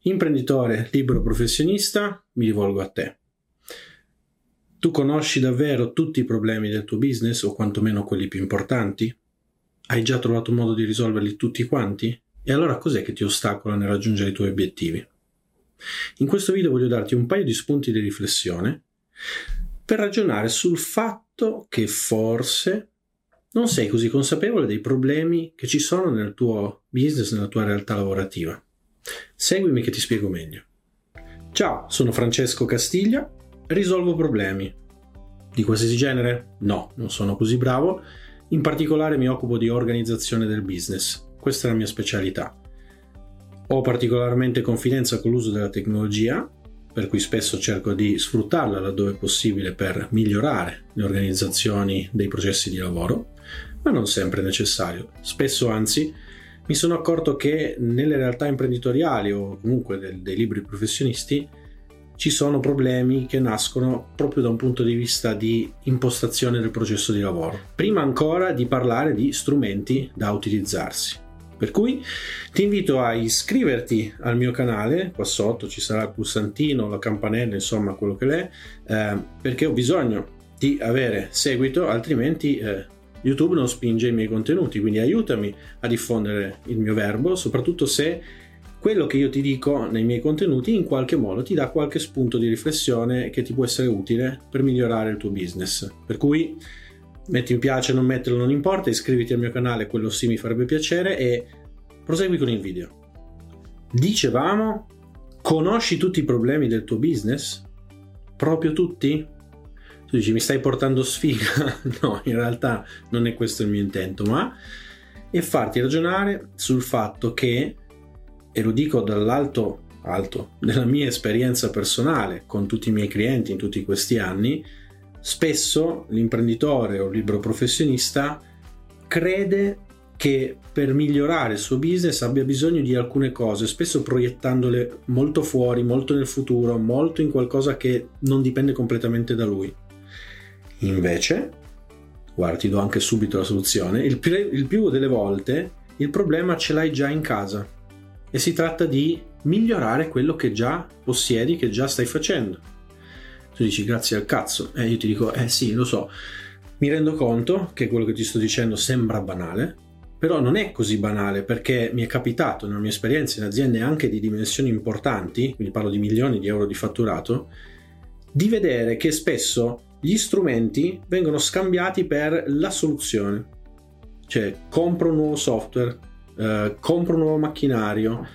Imprenditore libero professionista, mi rivolgo a te. Tu conosci davvero tutti i problemi del tuo business o quantomeno quelli più importanti? Hai già trovato un modo di risolverli tutti quanti? E allora cos'è che ti ostacola nel raggiungere i tuoi obiettivi? In questo video voglio darti un paio di spunti di riflessione per ragionare sul fatto che forse non sei così consapevole dei problemi che ci sono nel tuo business, nella tua realtà lavorativa. Seguimi che ti spiego meglio. Ciao, sono Francesco Castiglia, risolvo problemi. Di qualsiasi genere? No, non sono così bravo. In particolare mi occupo di organizzazione del business. Questa è la mia specialità. Ho particolarmente confidenza con l'uso della tecnologia, per cui spesso cerco di sfruttarla laddove è possibile per migliorare le organizzazioni dei processi di lavoro, ma non sempre è necessario. Spesso, anzi, mi sono accorto che nelle realtà imprenditoriali o comunque dei liberi professionisti ci sono problemi che nascono proprio da un punto di vista di impostazione del processo di lavoro, prima ancora di parlare di strumenti da utilizzarsi. Per cui ti invito a iscriverti al mio canale, qua sotto ci sarà il pulsantino, la campanella, insomma quello che l'è, perché ho bisogno di avere seguito, altrimenti YouTube non spinge i miei contenuti, quindi aiutami a diffondere il mio verbo, soprattutto se quello che io ti dico nei miei contenuti in qualche modo ti dà qualche spunto di riflessione che ti può essere utile per migliorare il tuo business. Per cui metti mi piace, non metterlo, non importa, iscriviti al mio canale, quello sì mi farebbe piacere, e prosegui con il video. Dicevamo, conosci tutti i problemi del tuo business? Proprio tutti? Tu dici, mi stai portando sfiga? No, in realtà non è questo il mio intento, ma è farti ragionare sul fatto che, e lo dico dall'alto della mia esperienza personale con tutti i miei clienti in tutti questi anni, spesso l'imprenditore o il libero professionista crede che per migliorare il suo business abbia bisogno di alcune cose, spesso proiettandole molto fuori, molto nel futuro, molto in qualcosa che non dipende completamente da lui. Invece, guarda, ti do anche subito la soluzione, il più delle volte il problema ce l'hai già in casa e si tratta di migliorare quello che già possiedi, che già stai facendo. Tu dici grazie al cazzo, io ti dico sì, lo so, mi rendo conto che quello che ti sto dicendo sembra banale, però non è così banale, perché mi è capitato nella mia esperienza in aziende anche di dimensioni importanti, quindi parlo di milioni di euro di fatturato, di vedere che spesso gli strumenti vengono scambiati per la soluzione. Cioè, compro un nuovo software, compro un nuovo macchinario,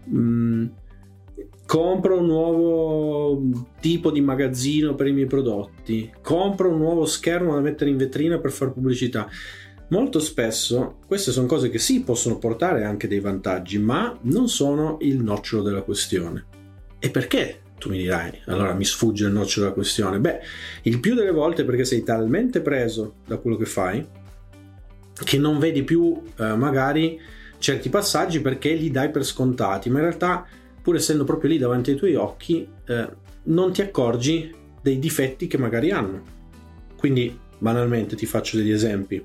compro un nuovo tipo di magazzino per i miei prodotti, compro un nuovo schermo da mettere in vetrina per fare pubblicità. Molto spesso queste sono cose che sì, possono portare anche dei vantaggi, ma non sono il nocciolo della questione. E perché? Tu mi dirai, allora mi sfugge il nocciolo della questione. Beh, il più delle volte perché sei talmente preso da quello che fai che non vedi più magari certi passaggi perché li dai per scontati, ma in realtà, pur essendo proprio lì davanti ai tuoi occhi, non ti accorgi dei difetti che magari hanno. Quindi, banalmente, ti faccio degli esempi.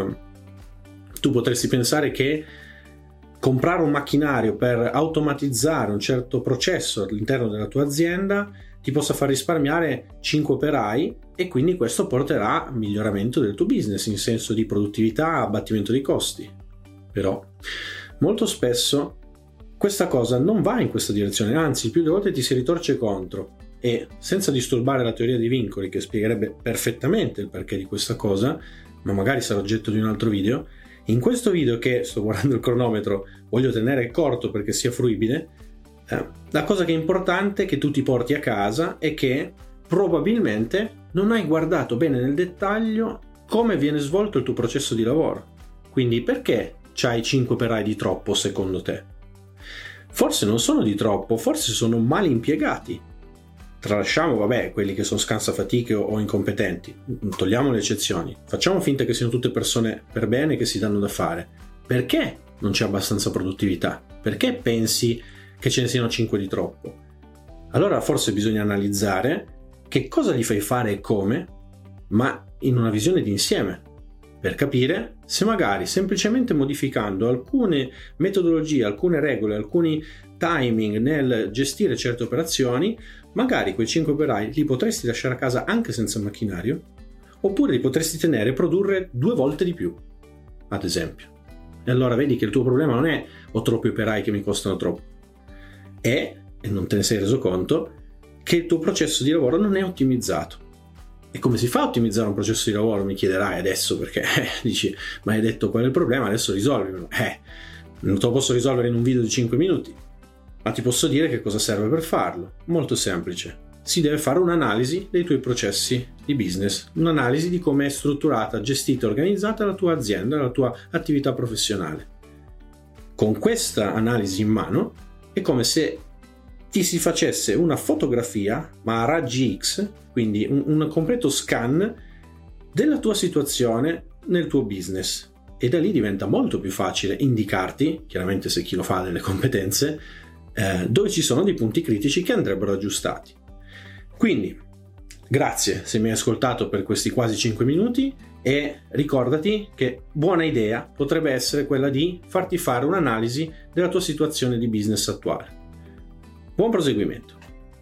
Tu potresti pensare che comprare un macchinario per automatizzare un certo processo all'interno della tua azienda ti possa far risparmiare 5 operai e quindi questo porterà a miglioramento del tuo business in senso di produttività, abbattimento dei costi. Però molto spesso questa cosa non va in questa direzione, anzi più delle volte ti si ritorce contro, e senza disturbare la teoria dei vincoli che spiegherebbe perfettamente il perché di questa cosa, ma magari sarà oggetto di un altro video, in questo video, che sto guardando il cronometro, voglio tenere corto perché sia fruibile, la cosa che è importante che tu ti porti a casa è che probabilmente non hai guardato bene nel dettaglio come viene svolto il tuo processo di lavoro. Quindi perché c'hai 5 operai di troppo secondo te? Forse non sono di troppo, forse sono male impiegati. Tralasciamo, quelli che sono scansafatiche o incompetenti, togliamo le eccezioni, facciamo finta che siano tutte persone per bene che si danno da fare. Perché non c'è abbastanza produttività? Perché pensi che ce ne siano 5 di troppo? Allora forse bisogna analizzare che cosa gli fai fare e come, ma in una visione d'insieme, per capire se magari semplicemente modificando alcune metodologie, alcune regole, alcuni timing, nel gestire certe operazioni, magari quei 5 operai li potresti lasciare a casa anche senza macchinario, oppure li potresti tenere e produrre 2 volte di più, ad esempio. E allora vedi che il tuo problema non è ho troppi operai che mi costano troppo, è, e non te ne sei reso conto, che il tuo processo di lavoro non è ottimizzato. E come si fa a ottimizzare un processo di lavoro, mi chiederai adesso, perché dici, ma hai detto qual è il problema, adesso risolvimelo. Non te lo posso risolvere in un video di 5 minuti, ma ti posso dire che cosa serve per farlo. Molto semplice. Si deve fare un'analisi dei tuoi processi di business, un'analisi di come è strutturata, gestita e organizzata la tua azienda, la tua attività professionale. Con questa analisi in mano è come se ti si facesse una fotografia, ma a raggi X, quindi un completo scan della tua situazione nel tuo business, e da lì diventa molto più facile indicarti, chiaramente se chi lo fa ha delle competenze, dove ci sono dei punti critici che andrebbero aggiustati. Quindi grazie se mi hai ascoltato per questi quasi 5 minuti, e ricordati che buona idea potrebbe essere quella di farti fare un'analisi della tua situazione di business attuale. Buon proseguimento.